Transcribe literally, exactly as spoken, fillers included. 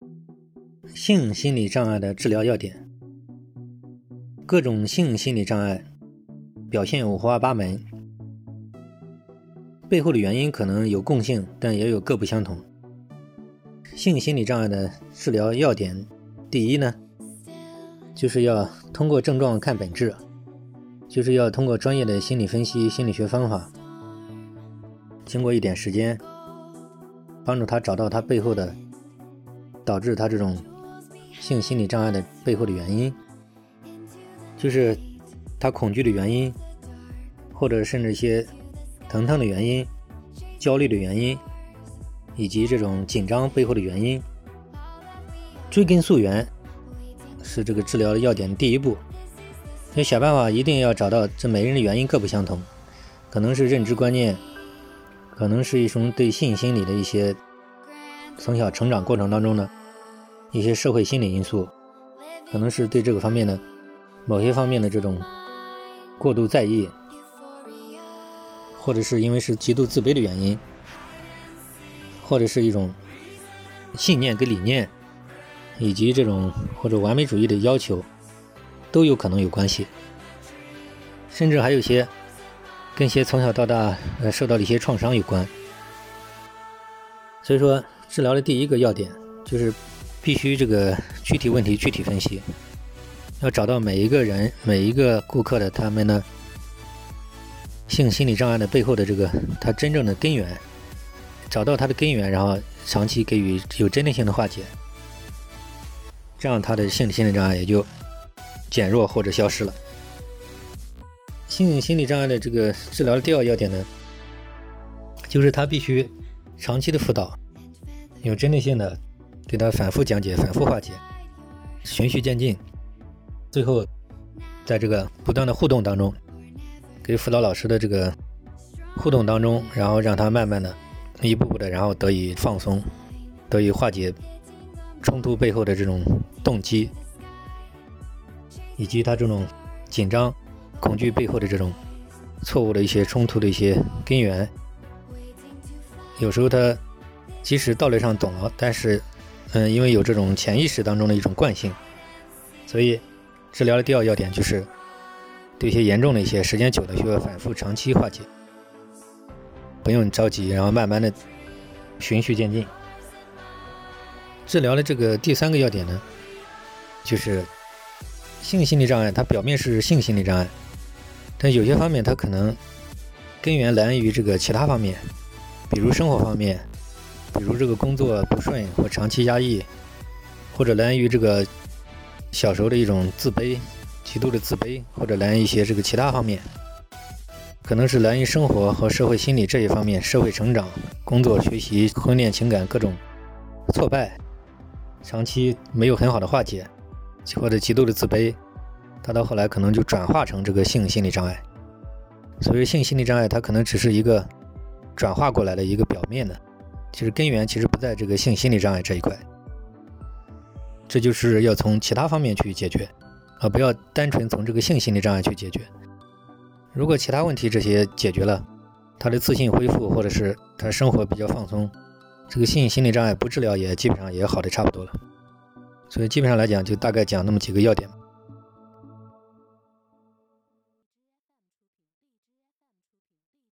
性心理障碍的治疗要点。各种性心理障碍表现五花八门，背后的原因可能有共性，但也有各不相同。性心理障碍的治疗要点，第一呢，就是要通过症状看本质，就是要通过专业的心理分析、心理学方法，经过一点时间，帮助他找到他背后的导致他这种性心理障碍的背后的原因，就是他恐惧的原因，或者甚至一些疼痛的原因、焦虑的原因，以及这种紧张背后的原因。追根溯源是这个治疗的要点的第一步，要想办法一定要找到这每个人的原因各不相同，可能是认知观念，可能是一种对性心理的一些从小成长过程当中的一些社会心理因素，可能是对这个方面的某些方面的这种过度在意，或者是因为是极度自卑的原因，或者是一种信念跟理念，以及这种或者完美主义的要求都有可能有关系，甚至还有些跟一些从小到大呃受到的一些创伤有关。所以说治疗的第一个要点就是必须这个具体问题具体分析，要找到每一个人每一个顾客的他们的性心理障碍的背后的这个他真正的根源，找到他的根源，然后长期给予有针对性的化解，这样他的性心理障碍也就减弱或者消失了。性心理障碍的这个治疗的第二要点呢，就是他必须长期的辅导，有针对性的给他反复讲解、反复化解，循序渐进，最后在这个不断的互动当中，给辅导老师的这个互动当中，然后让他慢慢的一步步的然后得以放松，得以化解冲突背后的这种动机，以及他这种紧张恐惧背后的这种错误的一些冲突的一些根源。有时候他即使道理上懂了，但是嗯，因为有这种潜意识当中的一种惯性，所以治疗的第二要点就是对一些严重的一些时间久的需要反复长期化解，不用着急，然后慢慢的循序渐进。治疗的这个第三个要点呢，就是性心理障碍它表面是性心理障碍，但有些方面它可能根源来源于这个其他方面，比如生活方面，比如这个工作不顺或长期压抑，或者来源于这个小时候的一种自卑，极度的自卑，或者来源于一些这个其他方面，可能是来源于生活和社会心理这一方面，社会成长、工作、学习、婚恋、情感各种挫败，长期没有很好的化解，或者极度的自卑，它到后来可能就转化成这个性心理障碍。所以性心理障碍它可能只是一个转化过来的一个表面的，其实根源其实不在这个性心理障碍这一块，这就是要从其他方面去解决，而不要单纯从这个性心理障碍去解决。如果其他问题这些解决了，他的自信恢复，或者是他生活比较放松，这个性心理障碍不治疗也基本上也好的差不多了。所以基本上来讲就大概讲那么几个要点。